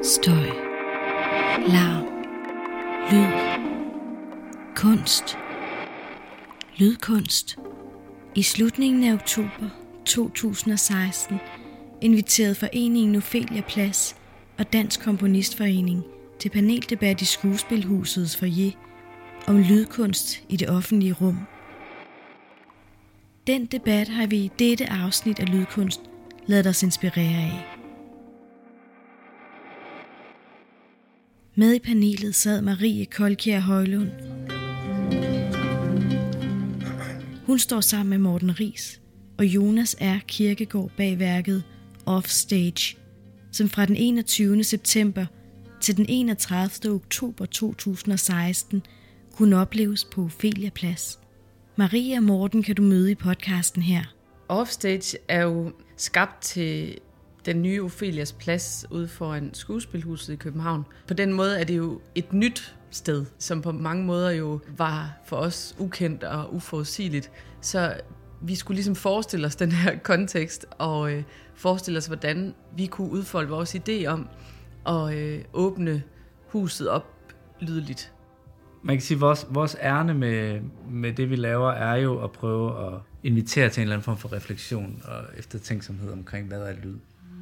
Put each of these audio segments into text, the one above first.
Støj, larm, lyd, kunst, lydkunst. I slutningen af oktober 2016 inviterede foreningen Ophelia Plads og Dansk Komponistforening til paneldebat i Skuespilhusets foyer om lydkunst i det offentlige rum. Den debat har vi i dette afsnit af Lydkunst ladet os inspirere af. Med i panelet sad Marie Kolkjær Højlund. Hun står sammen med Morten Riis og Jonas R. Kirkegaard bag værket Offstage, som fra den 21. september til den 31. oktober 2016 kunne opleves på Ophelia Plads. Marie og Morten kan du møde i podcasten her. Offstage er jo skabt til den nye Ophelias Plads ude foran Skuespilhuset i København. På den måde er det jo et nyt sted, som på mange måder jo var for os ukendt og uforudsigeligt. Så vi skulle ligesom forestille os den her kontekst og forestille os, hvordan vi kunne udfolde vores idé om at åbne huset op lydligt. Man kan sige, at vores ærne med det, vi laver, er jo at prøve at invitere til en eller anden form for refleksion og eftertænksomhed omkring, hvad er lyd.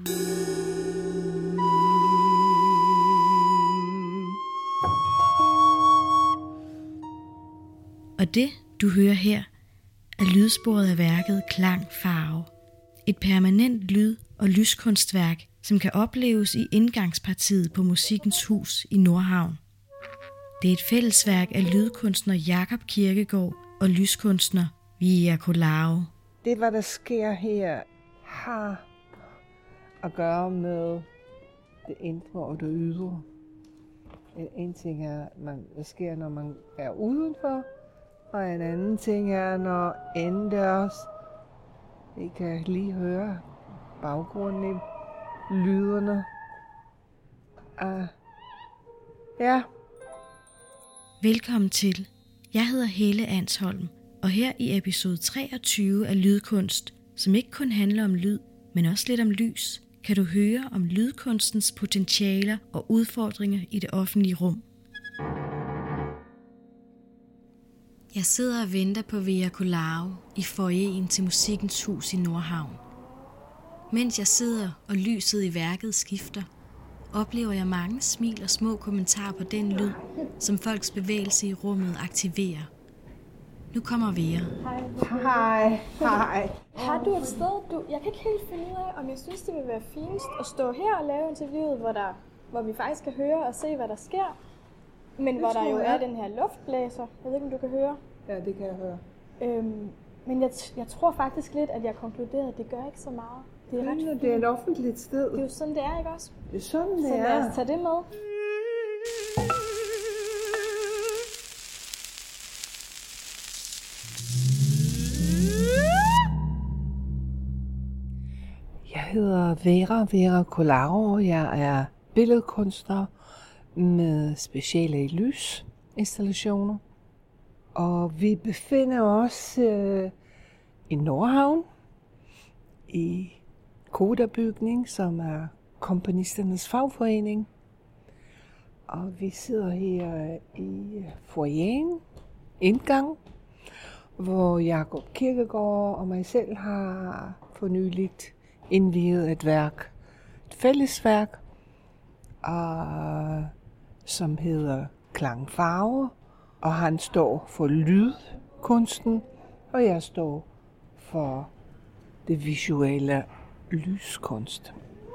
Og det, du hører her, er lydsporet af værket Klang Farve. Et permanent lyd- og lyskunstværk, som kan opleves i indgangspartiet på Musikkens Hus i Nordhavn. Det er et fællesværk af lydkunstner Jakob Kirkegaard og lyskunstner Via Colao. Det, hvad der sker her, har at gøre med det indre og det ydre. En ting er, hvad sker, når man er udenfor, og en anden ting er, når indendørs, I kan lige høre baggrunden i lyderne. Ja. Velkommen til. Jeg hedder Helle Ansholm, og her i episode 23 af Lydkunst, som ikke kun handler om lyd, men også lidt om lys, kan du høre om lydkunstens potentialer og udfordringer i det offentlige rum. Jeg sidder og venter på Via Colao i foyeren til Musikkens Hus i Nordhavn. Mens jeg sidder og lyset i værket skifter, oplever jeg mange smil og små kommentarer på den lyd, som folks bevægelse i rummet aktiverer. Nu kommer Vera. Hej. Har du et sted, jeg kan ikke helt finde ud af, om jeg synes, det vil være finest at stå her og lave interviewet, hvor vi faktisk kan høre og se, hvad der sker, men hvor der jo er den her luftblæser. Jeg ved ikke, om du kan høre. Ja, det kan jeg høre. Men jeg tror faktisk lidt, at jeg konkluderede, at det gør ikke så meget. Det er ret fint. Det er et offentligt sted. Det er jo sådan, det er, ikke også? Det er sådan, det så lad os tage det med. Jeg hedder Via Colao. Jeg er billedkunstner med speciale i lysinstallationer. Og vi befinder os i Nordhavn i Koda-bygning, som er komponisternes fagforening. Og vi sidder her i foyeren, indgang, hvor Jakob Kirkegaard og mig selv har for nyligt indviet et værk, et fællesværk, som hedder Klang Farve, og han står for lydkunsten, og jeg står for det visuelle lyskunst.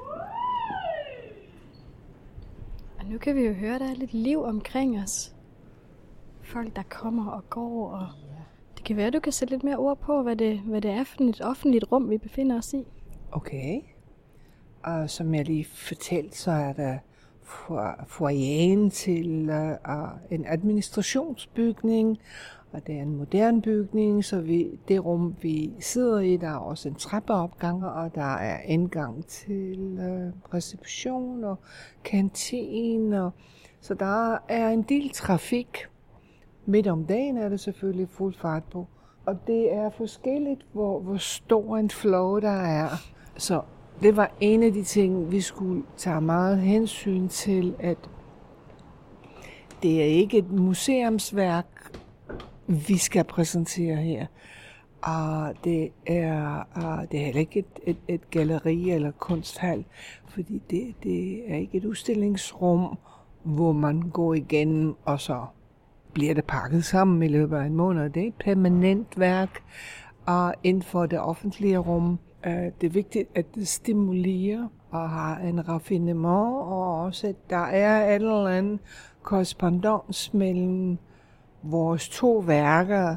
Og nu kan vi jo høre, at der er lidt liv omkring os. Folk, der kommer og går, og det kan være, at du kan sætte lidt mere ord på, hvad det er for et offentligt rum, vi befinder os i. Okay. Og som jeg lige fortalte, så er der foyeren til en administrationsbygning, og det er en moderne bygning, så det rum, vi sidder i, der er også en trappeopgang, og der er indgang til reception og kantine, så der er en del trafik. Midt om dagen er det selvfølgelig fuld fart på, og det er forskelligt, hvor stor en flow der er. Så Det var en af de ting, vi skulle tage meget hensyn til, at det er ikke et museumsværk, vi skal præsentere her. Og det er heller ikke et galleri eller kunsthal, fordi det er ikke et udstillingsrum, hvor man går igennem, og så bliver det pakket sammen i løbet af en måned. Det er et permanent værk inden for det offentlige rum. Det er vigtigt, at det stimulerer og har en raffinement, og også at der er et eller andet korrespondance mellem vores to værker.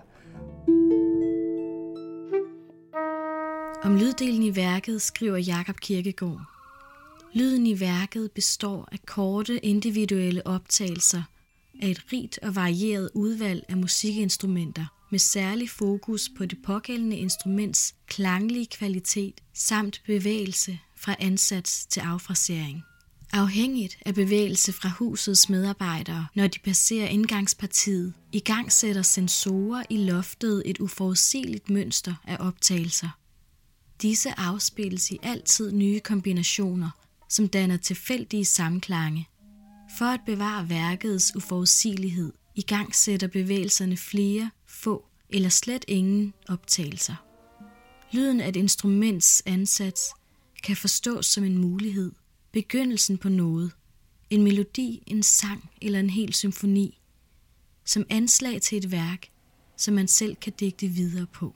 Om lyddelen i værket skriver Jakob Kirkegaard: Lyden i værket består af korte individuelle optagelser af et rigt og varieret udvalg af musikinstrumenter med særlig fokus på det pågældende instruments klanglige kvalitet samt bevægelse fra ansats til affrasering. Afhængigt af bevægelse fra husets medarbejdere, når de passerer indgangspartiet, igangsætter sensorer i loftet et uforudsigeligt mønster af optagelser. Disse afspilles i altid nye kombinationer, som danner tilfældige samklange. For at bevare værkets uforudsigelighed, igangsætter bevægelserne flere, få eller slet ingen optagelser. Lyden af et instruments ansats kan forstås som en mulighed, begyndelsen på noget, en melodi, en sang eller en hel symfoni, som anslag til et værk, som man selv kan digte videre på.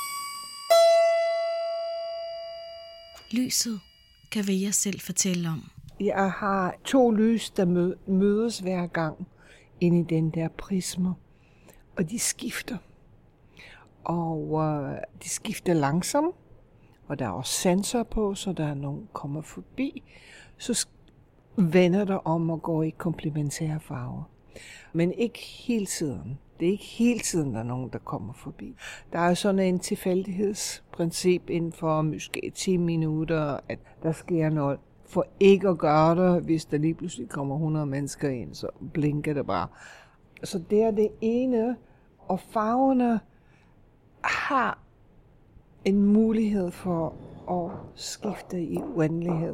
Lyset kan Vera selv fortælle om. Jeg har 2 lys, der mødes hver gang inde i den der prismer, og de skifter. Og de skifter langsomt, og der er også sensor på, så der er nogen, der kommer forbi, så vender der om og går i komplementære farver. Men ikke hele tiden. Det er ikke hele tiden, der er nogen, der kommer forbi. Der er sådan en tilfældighedsprincip inden for måske 10 minutter, at der sker noget. For ikke at gøre det, hvis der lige pludselig kommer 100 mennesker ind, så blinker det bare. Så det er det ene, og farverne har en mulighed for at skifte i uendelighed.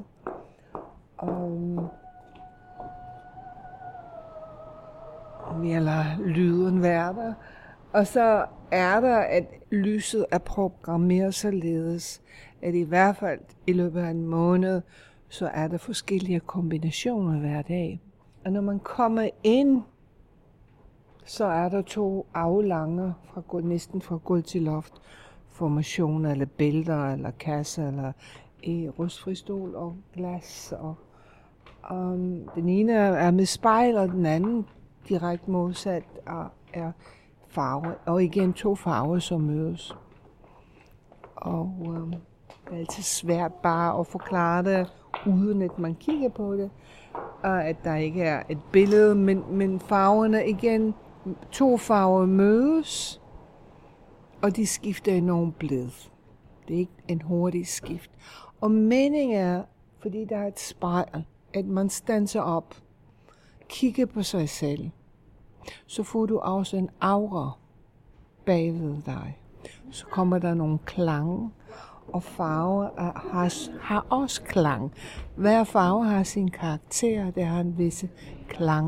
Vi lader lyden være der. Og så er der, at lyset er programmeret således, at i hvert fald i løbet af en måned, så er der forskellige kombinationer hver dag. Og når man kommer ind, så er der 2 aflanger, næsten fra gulv til loft, formationer eller bælter eller kasser eller i rustfri stol og glas. Og den ene er med spejl, og den anden direkte modsat er farve. Og igen 2 farver, som mødes. Og det er altid svært bare at forklare det, uden at man kigger på det. Og at der ikke er et billede, men farverne igen, 2 farver mødes, og de skifter enormt blid. Det er ikke en hurtig skift. Og meningen er, fordi der er et spejl, at man standser op, kigger på sig selv, så får du også en aura bagved dig. Så kommer der nogle klange, og farver har også klang. Hver farve har sin karakter, det har en visse klang.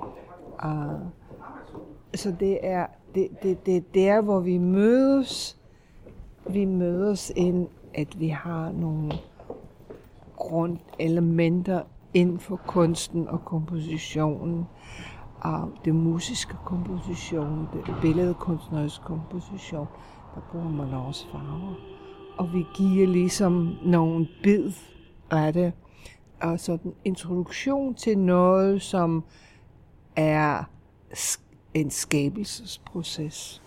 Så det er der, hvor vi mødes. Vi mødes ind, at vi har nogle grundelementer inden for kunsten og kompositionen. Og det musiske komposition, det billedkunstneriske komposition, der bruger man også farver. Og vi giver ligesom nogle bid af det. Og så en introduktion til noget, som er en skabelsesproces.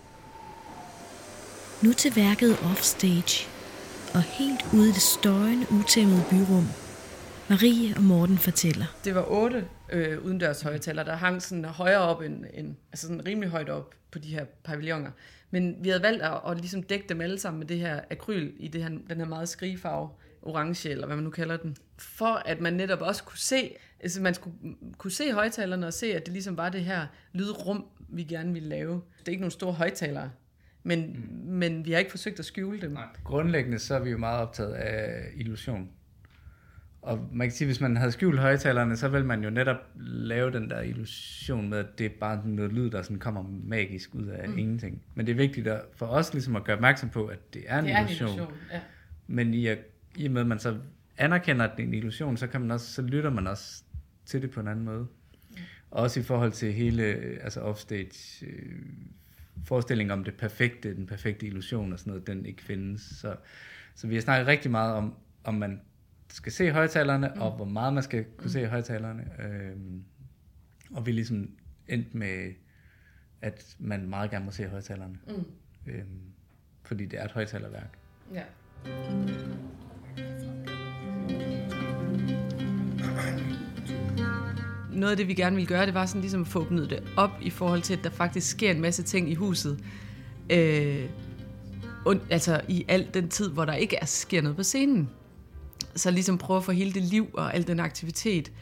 Nu til værket Offstage, og helt ude i det støjende, utæmmede byrum. Marie og Morten fortæller. Det var 8 udendørs højtaler, der hang sådan højere op, altså sådan rimelig højt op på de her pavilloner. Men vi havde valgt at ligesom dække dem alle sammen med det her akryl i den her meget skrigefarve, orange eller hvad man nu kalder den. For at man netop også kunne se, altså man skulle kunne se højtalerne og se, at det ligesom var det her lydrum, vi gerne ville lave. Det er ikke nogle store højtalere, men vi har ikke forsøgt at skjule dem. Nej. Grundlæggende så er vi jo meget optaget af illusion. Og man kan sige, hvis man havde skjult højtalerne, så vil man jo netop lave den der illusion med, at det er bare noget lyd, der sådan kommer magisk ud af ingenting. Men det er vigtigt for os ligesom at gøre opmærksom på, at det er en illusion. Ja. Men i og med, at man så anerkender, at det er en illusion, så lytter man også til det på en anden måde. Også i forhold til hele offstage forestilling om det perfekte, den perfekte illusion og sådan noget, den ikke findes. Så vi har snakket rigtig meget om man skal se højtalerne, og hvor meget man skal kunne se højtalerne. Og vi ligesom endte med, at man meget gerne må se højtalerne. Fordi det er et højtalerværk. Ja. Noget af det, vi gerne ville gøre, det var sådan ligesom at få åbnet det op i forhold til, at der faktisk sker en masse ting i huset. Altså i al den tid, hvor der ikke sker noget på scenen. Så ligesom prøve at få hele det liv og al den aktivitet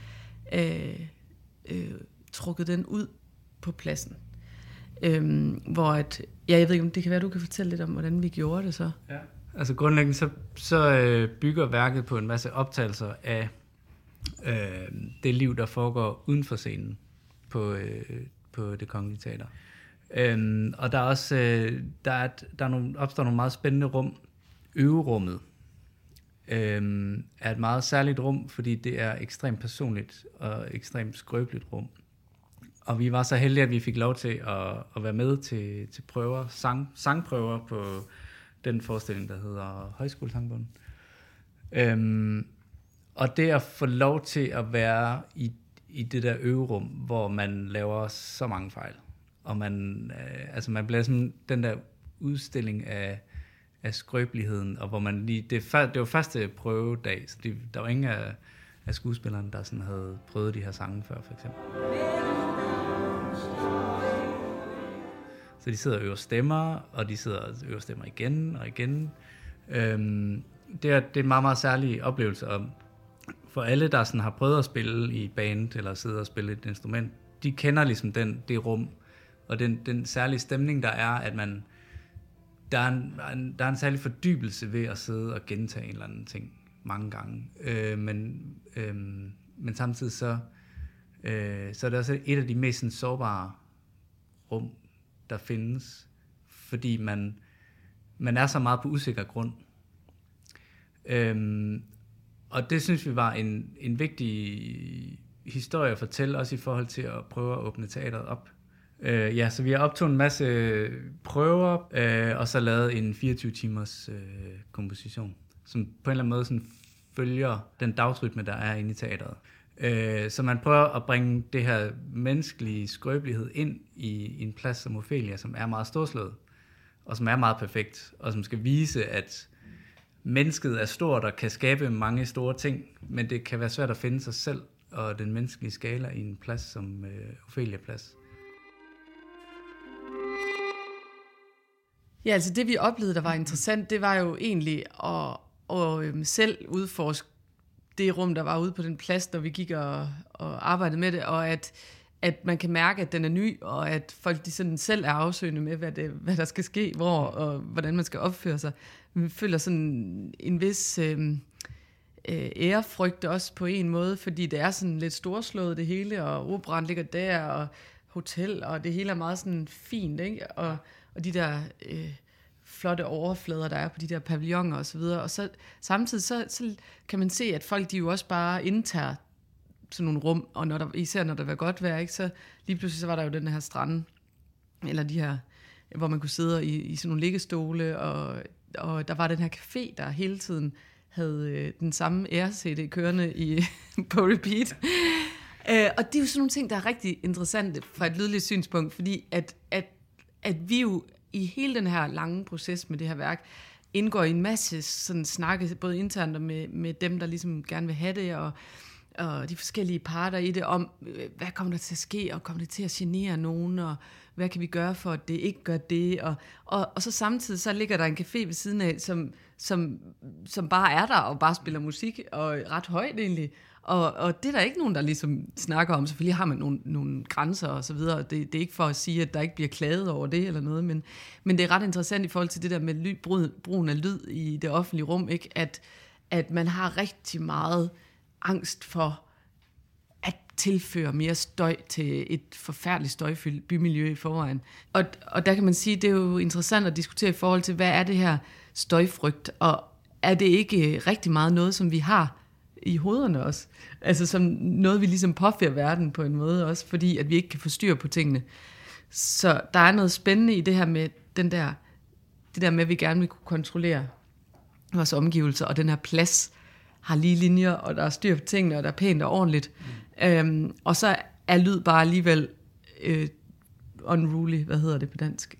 trukket den ud på pladsen. Hvor at, jeg ved ikke, om det kan være, du kan fortælle lidt om, hvordan vi gjorde det så. Ja. Altså grundlæggende så bygger værket på en masse optagelser af det liv, der foregår uden for scenen på Det Kongelige Teater. Og der er også opstår nogle meget spændende rum. Øverummet er et meget særligt rum, fordi det er ekstremt personligt og ekstremt skrøbeligt rum. Og vi var så heldige, at vi fik lov til at være med til prøver, sangprøver på den forestilling, der hedder Højskolesangbogen. Og det at få lov til at være i det der øverum, hvor man laver så mange fejl, og man bliver sådan den der udstilling af skrøbeligheden, og hvor man lige, det var første prøvedag, så der var ingen af skuespillerne, der sådan havde prøvet de her sange før, for eksempel. Så de sidder og øver stemmer, og de sidder og øver stemmer igen og igen. Det er en meget, meget særlig oplevelse, og for alle, der sådan har prøvet at spille i band, eller sidde og spille et instrument, de kender ligesom det rum, og den særlige stemning, der er, at der er en særlig fordybelse ved at sidde og gentage en eller anden ting mange gange. Men samtidig så er det også et af de mest sådan, sårbare rum, der findes, fordi man er så meget på usikker grund. Og det synes vi var en vigtig historie at fortælle, også i forhold til at prøve at åbne teateret op. Så vi har optaget en masse prøver, og så lavet en 24 timers komposition, som på en eller anden måde sådan følger den dagsrytme, der er inde i teateret. Så man prøver at bringe det her menneskelige skrøbelighed ind i en plads som Ophelia, som er meget storslået, og som er meget perfekt, og som skal vise, at mennesket er stort og kan skabe mange store ting, men det kan være svært at finde sig selv og den menneskelige skala i en plads som Ophelia-plads. Ja, altså det vi oplevede, der var interessant, det var jo egentlig at selv udforske det rum, der var ude på den plads, når vi gik og arbejdede med det, og at man kan mærke, at den er ny, og at folk de sådan selv er afsøgende med, hvad der skal ske, hvor og hvordan man skal opføre sig. Vi føler sådan en vis ærefrygt også på en måde, fordi det er sådan lidt storslået det hele, og operan ligger der, og hotel, og det hele er meget sådan fint, ikke? Og de der flotte overflader, der er på de der pavilloner og så videre. Og så samtidig så kan man se, at folk de jo også bare indtager sådan nogle rum, og især når der var godt vejr, ikke, så lige pludselig så var der jo den her strand, eller de her, hvor man kunne sidde i sådan nogle liggestole, og der var den her café, der hele tiden havde den samme Air-CD kørende på repeat. Og det er jo sådan nogle ting, der er rigtig interessante fra et lydligt synspunkt, fordi at vi jo i hele den her lange proces med det her værk, indgår i en masse sådan snakke, både internt og med dem, der ligesom gerne vil have det, og de forskellige parter i det, om hvad kommer der til at ske, og kommer det til at genere nogen, og hvad kan vi gøre for, at det ikke gør det, og så samtidig, så ligger der en café ved siden af, som bare er der, og bare spiller musik, og ret højt egentlig, og det er der ikke nogen, der ligesom snakker om. Selvfølgelig har man nogle grænser og så videre. Det er ikke for at sige, at der ikke bliver klaget over det eller noget, men det er ret interessant i forhold til det der med brugen af lyd i det offentlige rum, ikke? At man har rigtig meget angst for at tilføre mere støj til et forfærdeligt støjfyldt bymiljø i forvejen. Og der kan man sige, det er jo interessant at diskutere i forhold til, hvad er det her støjfrygt, og er det ikke rigtig meget noget, som vi har i hovederne også? Altså som noget, vi ligesom påfører verden på en måde også, fordi at vi ikke kan få styr på tingene. Så der er noget spændende i det her med det der med, at vi gerne vil kunne kontrollere vores omgivelser, og den her plads har lige linjer, og der er styr på tingene, og der er pænt og ordentligt. Og så er lyd bare alligevel unruly, hvad hedder det på dansk?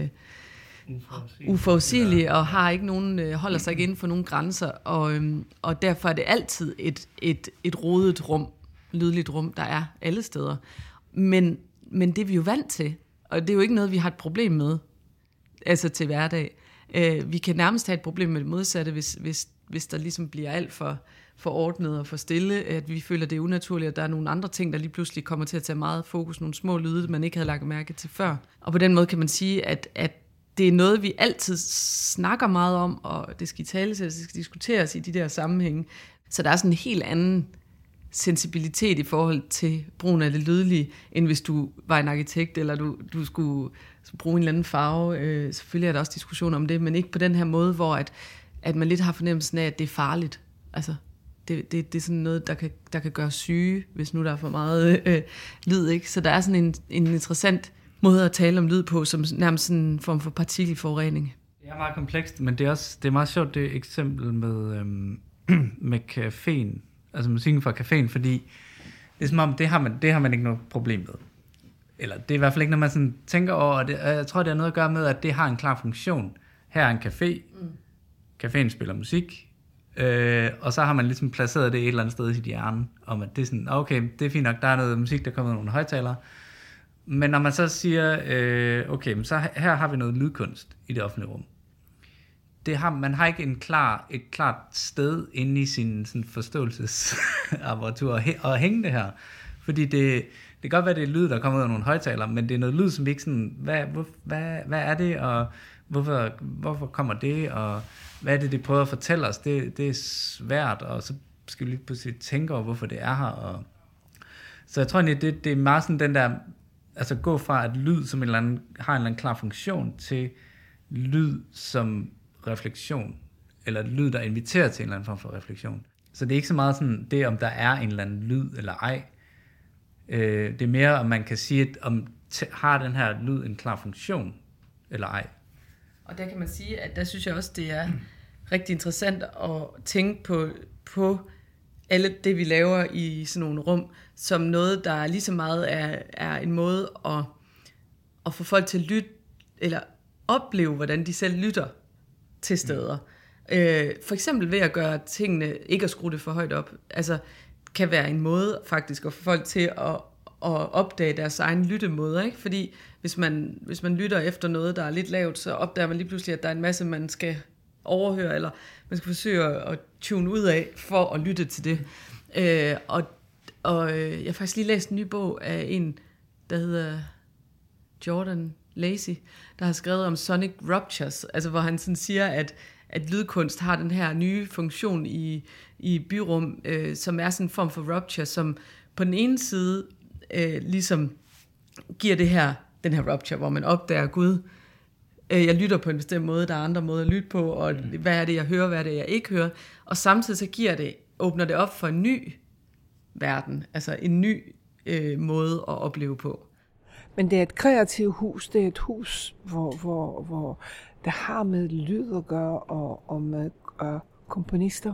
Uforudsigelig, og har ikke nogen, holder sig ikke inden for nogen grænser, og derfor er det altid et rodet rum, lydligt rum, der er alle steder. Men det er vi jo vant til, og det er jo ikke noget, vi har et problem med, altså til hverdag. Vi kan nærmest have et problem med det modsatte, hvis der ligesom bliver alt for ordnet og for stille, at vi føler, det er unaturligt, at der er nogle andre ting, der lige pludselig kommer til at tage meget fokus, nogle små lyde, man ikke havde lagt mærke til før. Og på den måde kan man sige, at det er noget, vi altid snakker meget om, og det skal italesættes, det skal diskuteres i de der sammenhænge. Så der er sådan en helt anden sensibilitet i forhold til brugen af det lydlige, end hvis du var en arkitekt, eller du skulle bruge en eller anden farve. Selvfølgelig er der også diskussion om det, men ikke på den her måde, hvor at man lidt har fornemmelsen af, at det er farligt. Altså, det er sådan noget, der kan gøre syge, hvis nu der er for meget lyd, ikke? Så der er sådan en interessant måde at tale om lyd på, som nærmest sådan en form for partikelforurening. Det er meget komplekst, men det er meget sjovt, det eksempel med caféen, altså musikken fra caféen, fordi det er som om, det har man ikke noget problem med. Eller det er i hvert fald ikke, når man sådan tænker over, og jeg tror, det har noget at gøre med, at det har en klar funktion. Her er en café, caféen spiller musik, og så har man ligesom placeret det et eller andet sted i sit hjerne, om at det er sådan, okay, det er fint nok, der er noget musik, der kommer nogle højtalere, men når man så siger, okay, men så her har vi noget lydkunst i det offentlige rum. Man har ikke et klart sted inde i sin sådan forståelsesapparatur at hænge det her. Fordi det kan godt være, det er lyd, der kommer ud af nogle højtalere, men det er noget lyd, som vi ikke sådan, hvad er det, og hvorfor kommer det, og hvad er det prøver at fortælle os? Det er svært, og så skal vi lige pludselig tænke over, hvorfor det er her. Og så jeg tror egentlig, det er meget sådan den der, altså gå fra at lyd som har en eller anden klar funktion, til lyd som refleksion, eller lyd, der inviterer til en eller anden form for refleksion. Så det er ikke så meget sådan det, om der er en eller anden lyd eller ej. Det er mere, om man kan sige, at har den her lyd en klar funktion eller ej. Og der kan man sige, at der synes jeg også, det er rigtig interessant at tænke på alle det, vi laver i sådan nogle rum, som noget, der lige så meget er en måde at få folk til at lytte, eller opleve, hvordan de selv lytter til steder. For eksempel ved at gøre tingene, ikke at skrue det for højt op, altså kan være en måde faktisk at få folk til at opdage deres egen lyttemåder, ikke? Fordi hvis man lytter efter noget, der er lidt lavt, så opdager man lige pludselig, at der er en masse, man skal overhøre, eller man skal forsøge at tune ud af, for at lytte til det. Og jeg har faktisk lige læst en ny bog af en, der hedder Jordan Lacy, der har skrevet om sonic ruptures, altså hvor han sådan siger, at lydkunst har den her nye funktion i byrum, som er sådan en form for rupture, som på den ene side ligesom giver den her rupture, hvor man opdager, Gud, jeg lytter på en bestemt måde, der er andre måder at lytte på, og hvad er det, jeg hører, hvad er det, jeg ikke hører, og samtidig så åbner det op for en ny verden, altså en ny måde at opleve på. Men det er et kreativt hus, det er et hus, hvor det har med lyd at gøre, og med komponister.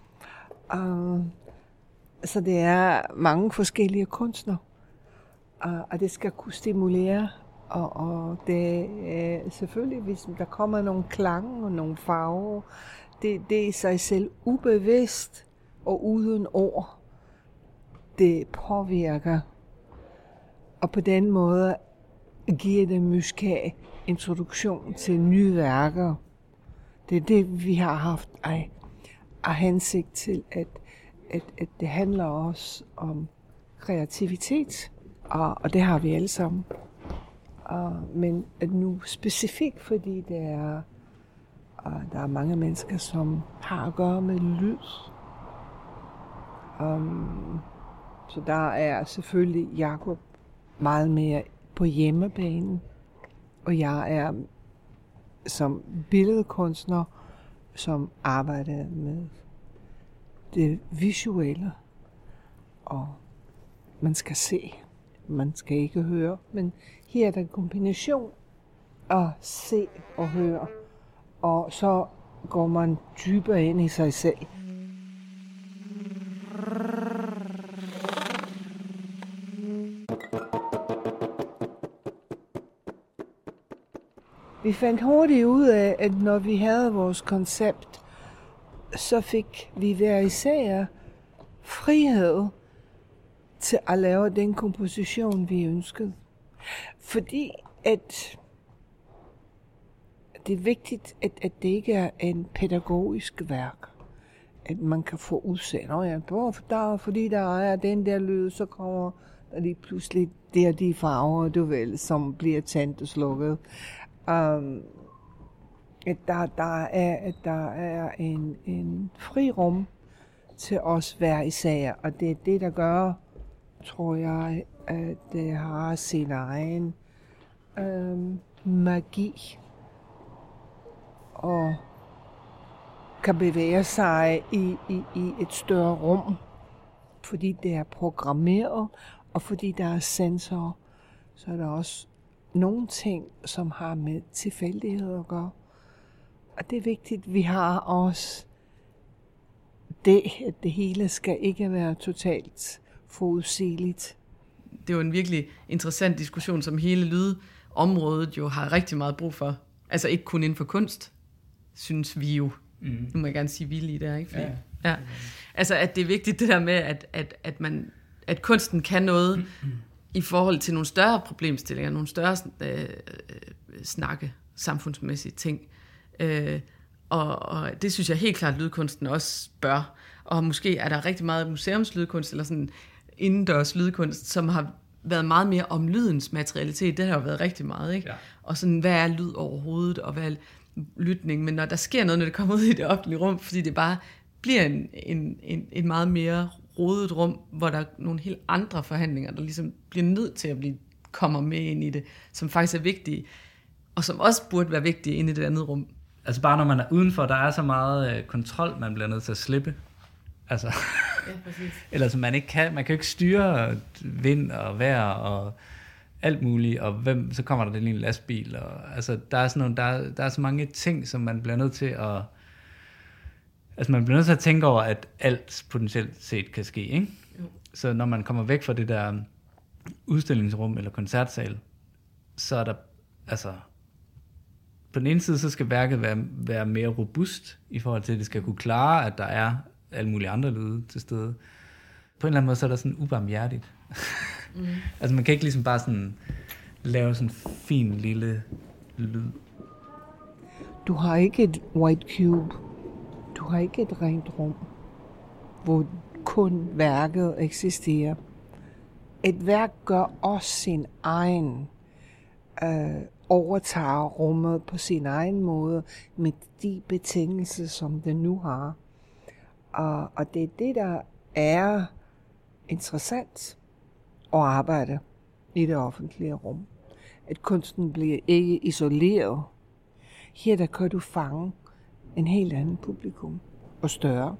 Så det er mange forskellige kunstnere, og det skal kunne stimulere, og det er selvfølgelig, hvis der kommer nogle klange og nogle farver, det er i sig selv ubevidst og uden ord, det påvirker. Og på den måde giver det måske introduktion til nye værker. Det er det, vi har haft af hensigt til, at det handler også om kreativitet, og det har vi alle sammen. Men at nu specifikt, fordi der er mange mennesker, som har at gøre med lyd, Så der er selvfølgelig Jakob meget mere på hjemmebanen, og jeg er som billedkunstner, som arbejder med det visuelle, og man skal se, man skal ikke høre, men her er der en kombination af se og høre, og så går man dybere ind i sig selv. Vi fandt hurtigt ud af, at når vi havde vores koncept, så fik vi hver især frihed til at lave den komposition, vi ønskede. Fordi at det er vigtigt, at det ikke er en pædagogisk værk. At man kan få udsendt, fordi der er den der lyd, så kommer der lige pludselig de farver, du ved, som bliver tændt og slukket. At der er en frirum til os hver især, og det er det, der gør, tror jeg, at det har sin egen magi og kan bevæge sig i et større rum, fordi det er programmeret, og fordi der er sensorer, så er der også nogle ting, som har med tilfældighed at gøre. Og det er vigtigt, vi har også at det hele skal ikke være totalt forudsigeligt. Det er jo en virkelig interessant diskussion, som hele lydområdet jo har rigtig meget brug for. Altså ikke kun inden for kunst, synes vi jo. Nu må jeg gerne sige vi lige der, ikke? Fordi, ja. Altså at det er vigtigt det der med, at kunsten kan noget i forhold til nogle større problemstillinger, nogle større snakke, samfundsmæssige ting. Og det synes jeg helt klart, lydkunsten også bør. Og måske er der rigtig meget museumslydkunst, eller sådan indendørs lydkunst, som har været meget mere om lydens materialitet. Det har jo været rigtig meget, ikke? Ja. Og sådan, hvad er lyd overhovedet, og hvad er lytning? Men når der sker noget, når det kommer ud i det offentlige rum, fordi det bare bliver en meget mere rodet rum, hvor der er nogle helt andre forhandlinger, der ligesom bliver nødt til at kommer med ind i det, som faktisk er vigtige, og som også burde være vigtige inde i det andet rum. Altså bare når man er udenfor, der er så meget kontrol, man bliver nødt til at slippe. Altså, ja, præcis. Ellers man kan jo ikke styre vind og vejr og alt muligt, og så kommer der den lille lastbil, og altså der er sådan nogle, der er så mange ting, som man bliver nødt til at, altså man bliver nødt til at tænke over, at alt potentielt set kan ske, ikke? Jo. Så når man kommer væk fra det der udstillingsrum eller koncertsal, så er der, altså på den ene side, så skal værket være mere robust, i forhold til, at det skal kunne klare, at der er alle mulige andre lyde til stede. På en eller anden måde, så er der sådan ubarmhjertigt. Altså man kan ikke ligesom bare sådan lave sådan en fin lille lyd. Du har ikke et white cube. Du har ikke et rent rum, hvor kun værket eksisterer. Et værk gør også sin egen, overtager rummet på sin egen måde, med de betingelser, som det nu har. Og det er det, der er interessant at arbejde i det offentlige rum. At kunsten bliver ikke isoleret. Her der kan du fange en helt anden publikum og større.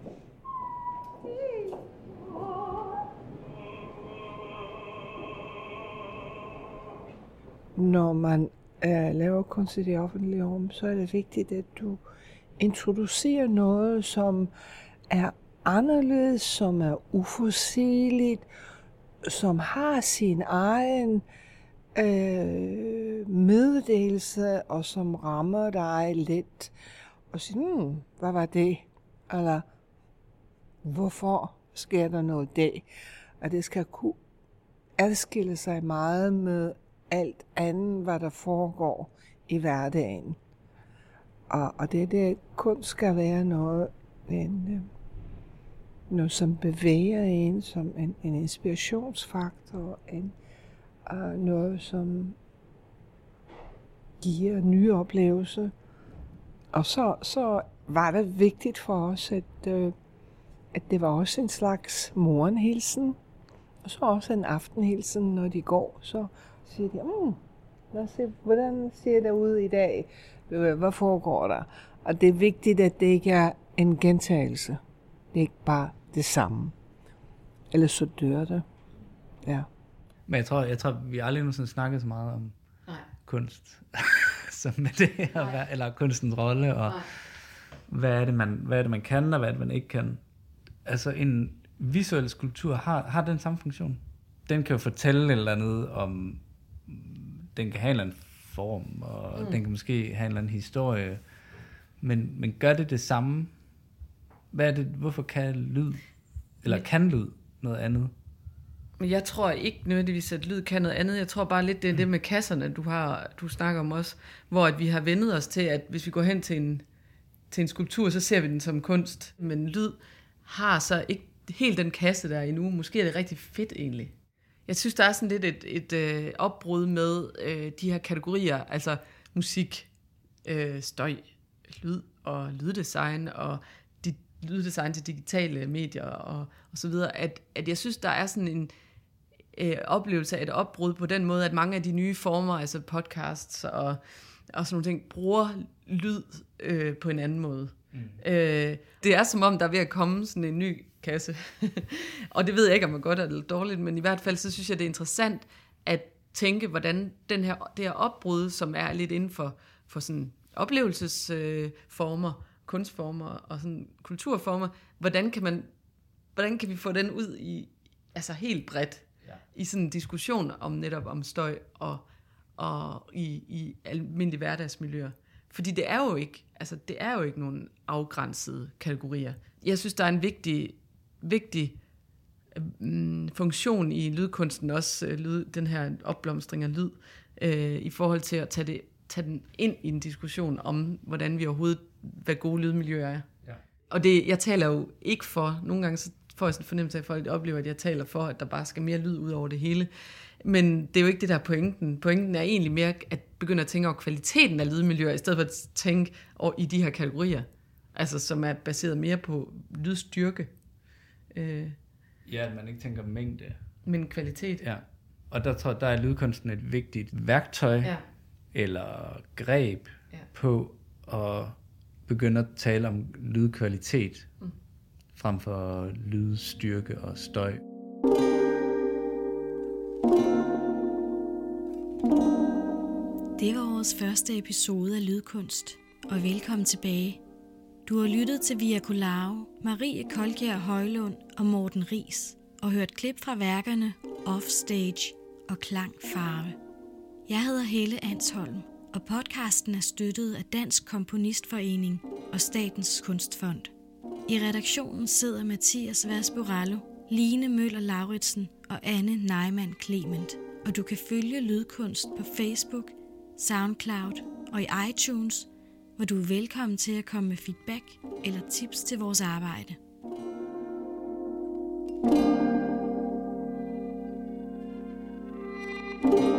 Når man laver kunst i det offentlige rum, så er det vigtigt, at du introducerer noget, som er anderledes, som er uforudsigeligt, som har sin egen meddelelse, og som rammer dig lidt, og siger, hvad var det? Eller, hvorfor sker der noget der? Og det skal kunne adskille sig meget med alt andet, hvad der foregår i hverdagen. Og det kunst skal være noget, som bevæger en, som en inspirationsfaktor, noget, som giver nye oplevelser. Og så var det vigtigt for os, at det var også en slags morgenhilsen, og så også en aftenhilsen, når de går, så siger de, lad os se, hvordan ser det ud i dag? Hvad foregår der? Og det er vigtigt, at det ikke er en gentagelse. Det er ikke bare det samme. Ellers så dør det. Ja. Men jeg tror vi aldrig nogensinde snakket så meget om kunst, som med det her, eller kunstens rolle, og hvad er det, man kan, og hvad er det, man ikke kan. Altså en visuel skulptur har den samme funktion. Den kan jo fortælle et eller andet om, den kan have en eller anden form, og den kan måske have en eller anden historie, men gør det samme? Hvad er det, hvorfor kan lyd, eller kan lyd noget andet? Jeg tror ikke nødvendigvis, at lyd kan noget andet. Jeg tror bare lidt, det er det med kasserne, du snakker om også, hvor at vi har vendet os til, at hvis vi går hen til en skulptur, så ser vi den som kunst. Men lyd har så ikke helt den kasse der endnu. Måske er det rigtig fedt egentlig. Jeg synes, der er sådan lidt et opbrud med de her kategorier, altså musik, støj, lyd og lyddesign og lyddesign til digitale medier og så videre, at jeg synes, der er sådan en oplevelse af et opbrud på den måde, at mange af de nye former, altså podcasts og sådan nogle ting, bruger lyd på en anden måde. Det er som om, der er ved at komme sådan en ny kasse. Og det ved jeg ikke, om det er godt eller dårligt, men i hvert fald, så synes jeg, det er interessant at tænke, hvordan det her opbrud, som er lidt inden for sådan oplevelsesformer, kunstformer og sådan kulturformer, hvordan kan vi få den ud i, altså helt bredt, i sådan en diskussion om netop om støj og i almindelige hverdagsmiljøer. Fordi det er jo ikke nogen afgrænsede kategorier. Jeg synes, der er en vigtig funktion i lydkunsten, også den her opblomstring af lyd, i forhold til at tage den ind i en diskussion om, hvordan vi overhovedet, hvad gode lydmiljøer er. Ja. Og jeg taler jo ikke for, nogle gange så får jeg sådan en fornemmelse af, at folk oplever, at jeg taler for, at der bare skal mere lyd ud over det hele. Men det er jo ikke det, der er pointen. Pointen er egentlig mere at begynde at tænke over kvaliteten af lydmiljøer, i stedet for at tænke over i de her kategorier, altså som er baseret mere på lydstyrke. Ja, at man ikke tænker mængde. Men kvalitet. Ja. Og der er lydkunsten et vigtigt værktøj, eller greb på at begynde at tale om lydkvalitet, frem for lydstyrke og støj. Det var vores første episode af Lydkunst, og velkommen tilbage. Du har lyttet til Via Colao, Marie Kolkjær Højlund og Morten Riis, og hørt klip fra værkerne Offstage og Klang Farve. Jeg hedder Helle Ansholm, og podcasten er støttet af Dansk Komponistforening og Statens Kunstfond. I redaktionen sidder Mathias Vasborallo, Line Møller Lauritsen og Anne Neumann Clement, og du kan følge Lydkunst på Facebook, SoundCloud og i iTunes, hvor du er velkommen til at komme med feedback eller tips til vores arbejde. thank you